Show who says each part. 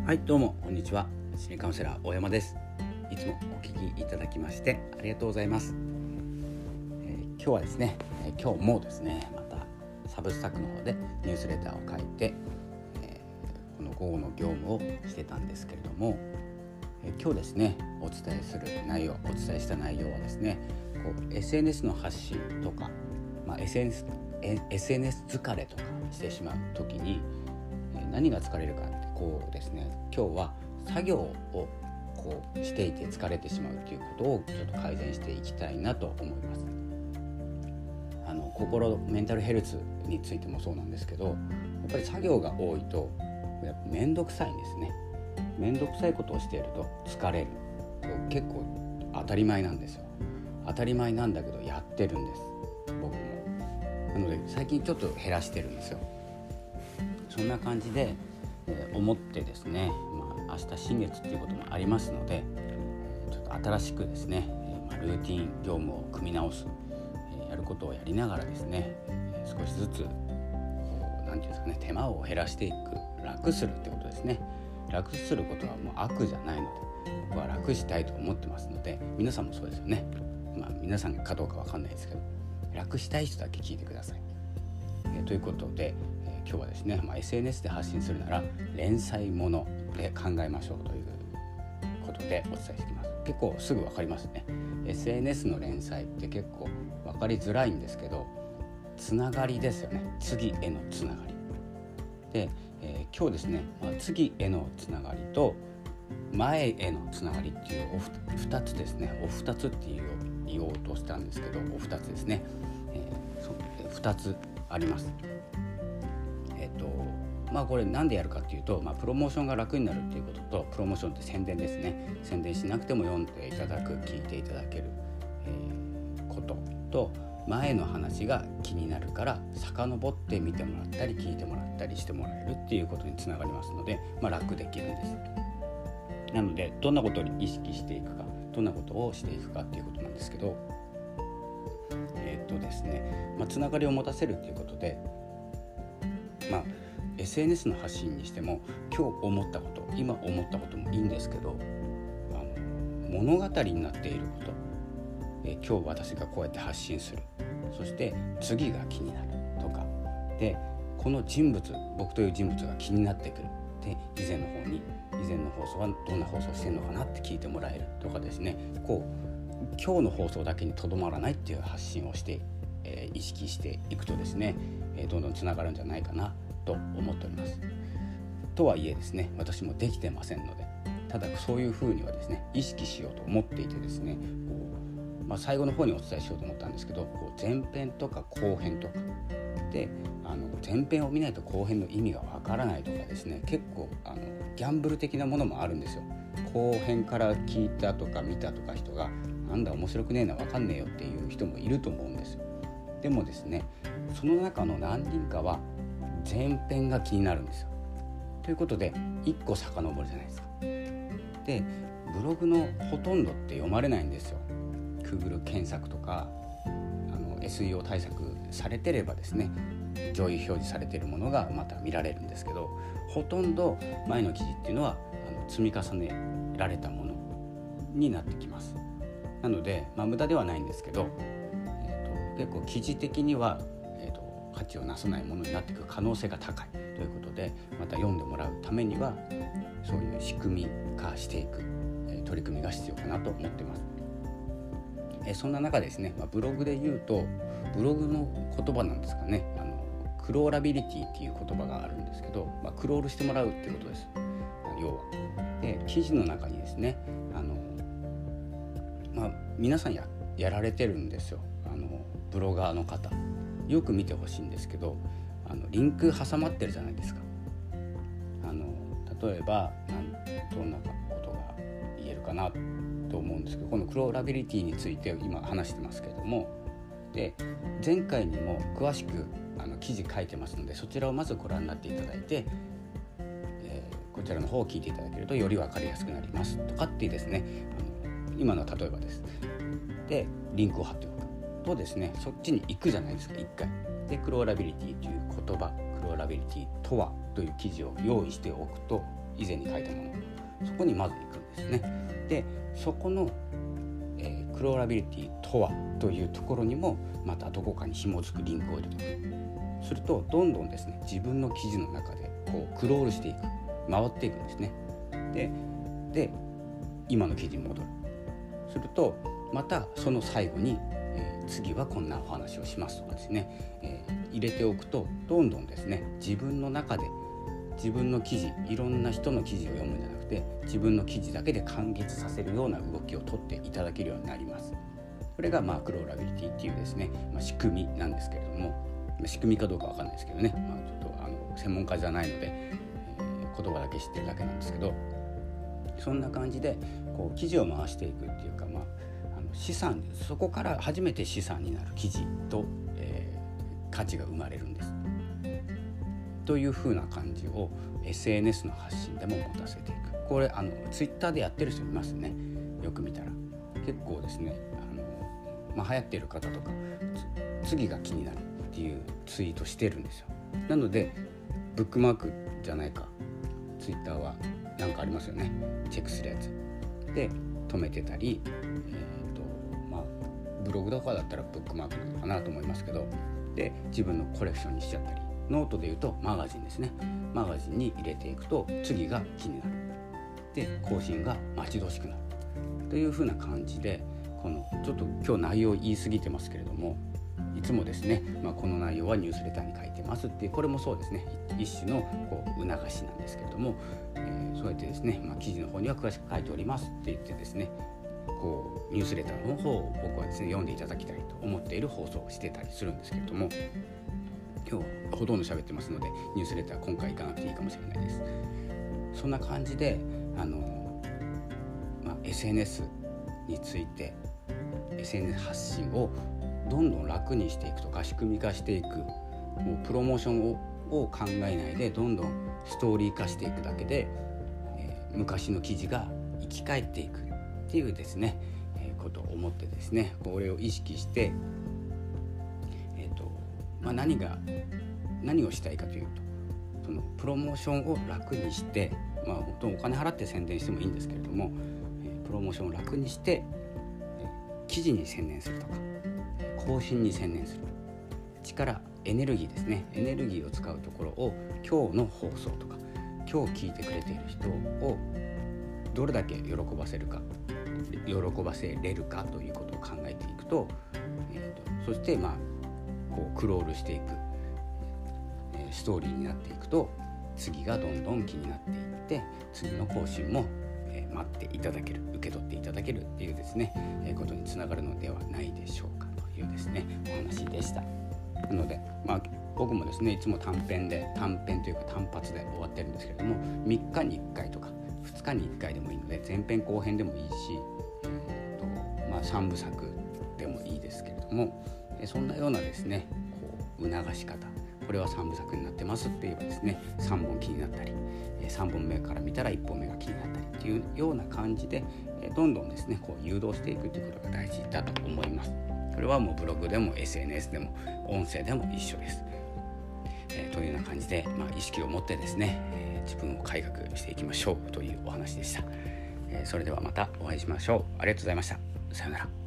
Speaker 1: はい、どうもこんにちは。心理カウンセラー大山です。いつもお聞きいただきましてありがとうございます。今日はですね、今日もですね、またサブスタックの方でニュースレターを書いて、この午後の業務をしてたんですけれども、今日ですねお伝えした内容はですね、SNS の発信とか、SNS 疲れとかしてしまう時に何が疲れるかってですね、今日は作業をしていて疲れてしまうということをちょっと改善していきたいなと思います。メンタルヘルスについてもそうなんですけど、やっぱり作業が多いとやっぱめんどくさいんですね。めんどくさいことをしていると疲れる。結構当たり前なんですよ。当たり前なんだけどやってるんです、僕も。なので最近ちょっと減らしてるんですよ。そんな感じで思ってですね、明日新月っていうこともありますので、ちょっと新しくですね、ルーティン業務を組み直す、やることをやりながらですね、少しずつなんていうんですかね、手間を減らしていく、楽するってことですね。楽することはもう悪じゃないので、僕は楽したいと思ってますので、皆さんもそうですよね。皆さんかどうかわかんないですけど、楽したい人だけ聞いてください。ということで、今日はですね、SNS で発信するなら連載もので考えましょうということでお伝えしていきます。結構すぐ分かりますね。 SNS の連載って結構分かりづらいんですけど、つながりですよね。次へのつながりで、今日ですね、次へのつながりと前へのつながりっていう2つですね。お二つって言おうとしたんですけど、お二つですね、2つあります。これなんでやるかっていうと、プロモーションが楽になるっていうことと、プロモーションって宣伝ですね。宣伝しなくても読んでいただく、聞いていただける、ことと、前の話が気になるから遡って見てもらったり聞いてもらったりしてもらえるっていうことにつながりますので、楽できるんです。なのでどんなことを意識していくか、どんなことをしていくかっていうことなんですけど、ですね、つながりを持たせるっていうことで、SNS の発信にしても今思ったこと、今思ったこともいいんですけど、物語になっていること、今日私がこうやって発信する、そして次が気になるとかで、この人物、僕という人物が気になってくるで、以前の放送はどんな放送してるのかなって聞いてもらえるとかですね、今日の放送だけにとどまらないっていう発信をして、意識していくとですね、どんどんつながるんじゃないかなと思っております。とはいえですね、私もできてませんので、ただそういうふうにはですね意識しようと思っていてですね、最後の方にお伝えしようと思ったんですけど、前編とか後編とかで、前編を見ないと後編の意味がわからないとかですね、結構ギャンブル的なものもあるんですよ。後編から聞いたとか見たとか人が、なんだ面白くねえな、わかんねえよっていう人もいると思うんですよ。でもですね、その中の何人かは前編が気になるんですよ。ということで1個遡るじゃないですか。で、ブログのほとんどって読まれないんですよ。 Google 検索とかSEO 対策されてればですね、上位表示されているものがまた見られるんですけど、ほとんど前の記事っていうのは積み重ねられたものになってきます。なので、無駄ではないんですけど、結構記事的には、価値をなさないものになっていく可能性が高いということで、また読んでもらうためにはそういう仕組み化していく、取り組みが必要かなと思っています。そんな中ですね、ブログで言うと、ブログの言葉なんですかね、クローラビリティっていう言葉があるんですけど、クロールしてもらうっていうことです。要はで、記事の中にですね、皆さん やられてるんですよ。ブロガーの方よく見てほしいんですけど、リンク挟まってるじゃないですか。例えばどんなことが言えるかなと思うんですけど、このクローラビリティについて今話してますけれども、で前回にも詳しく記事書いてますので、そちらをまずご覧になっていただいて、こちらの方を聞いていただけるとより分かりやすくなりますとかっていうですね、今の例えばです。でリンクを貼っておくとですね、そっちに行くじゃないですか、一回で。クローラビリティという言葉、クローラビリティとはという記事を用意しておくと、 以前に書いたもの、そこにまず行くんですね。でそこの、クローラビリティとはというところにもまたどこかに紐づくリンクを入れておく。するとどんどんですね自分の記事の中でこうクロールしていく、回っていくんですね。で今の記事に戻る。するとまたその最後に、次はこんなお話をしますとかですね、入れておくとどんどんですね自分の中で自分の記事、いろんな人の記事を読むんじゃなくて自分の記事だけで完結させるような動きを取っていただけるようになります。これがクローラビリティっていうですね、仕組みなんですけれども、仕組みかどうかわかんないですけどね、ちょっと専門家じゃないので、言葉だけ知ってるだけなんですけど、そんな感じでこう記事を回していくっていうか、資産、そこから初めて資産になる記事と、価値が生まれるんですという風な感じを SNS の発信でも持たせていく。これツイッターでやってる人いますね。よく見たら結構ですね、流行っている方とか次が気になるっていうツイートしてるんですよ。なのでブックマークじゃないか、ツイッターはなんかありますよね、チェックするやつで止めてたり、ブログとかだったらブックマークなのかなと思いますけど、で自分のコレクションにしちゃったり、ノートでいうとマガジンですね、マガジンに入れていくと次が気になる、で更新が待ち遠しくなるという風な感じで、このちょっと今日内容言い過ぎてますけれども、いつもですね、この内容はニュースレターに書いてますっていう、これもそうですね、一種のこう促しなんですけれども、そうやってですね、記事の方には詳しく書いておりますって言ってですね、こうニュースレターの方を僕はですね読んでいただきたいと思っている放送をしてたりするんですけれども、今日ほとんど喋ってますのでニュースレター今回行かなくていいかもしれないです。そんな感じでSNS について SNS 発信をどんどん楽にしていくとか仕組み化していく、もうプロモーションを考えないでどんどんストーリー化していくだけで、昔の記事が生き返っていくっていうですね、ことを思ってですね、これを意識して、何をしたいかというと、そのプロモーションを楽にして、本当お金払って宣伝してもいいんですけれども、プロモーションを楽にして記事に専念するとか更新に専念する力、エネルギーですね、エネルギーを使うところを今日の放送とか今日聞いてくれている人をどれだけ喜ばせれるかということを考えていくと、そしてこうクロールしていく、ストーリーになっていくと次がどんどん気になっていって次の更新も待っていただける、受け取っていただけるっていうですね、ことにつながるのではないでしょうかというですねお話でした。なので僕もですねいつも短編というか単発で終わってるんですけれども、3日に1回とか2日に1回でもいいので前編後編でもいいし、3部作でもいいですけれども、そんなようなですねこう促し方、これは3部作になってますって言えばですね3本気になったり、3本目から見たら1本目が気になったりっていうような感じでどんどんですねこう誘導していくということが大事だと思います。これはもうブログでも SNS でも音声でも一緒です。というような感じで、意識を持ってですね、自分を改革していきましょうというお話でした。それではまたお会いしましょう。ありがとうございました。さようなら。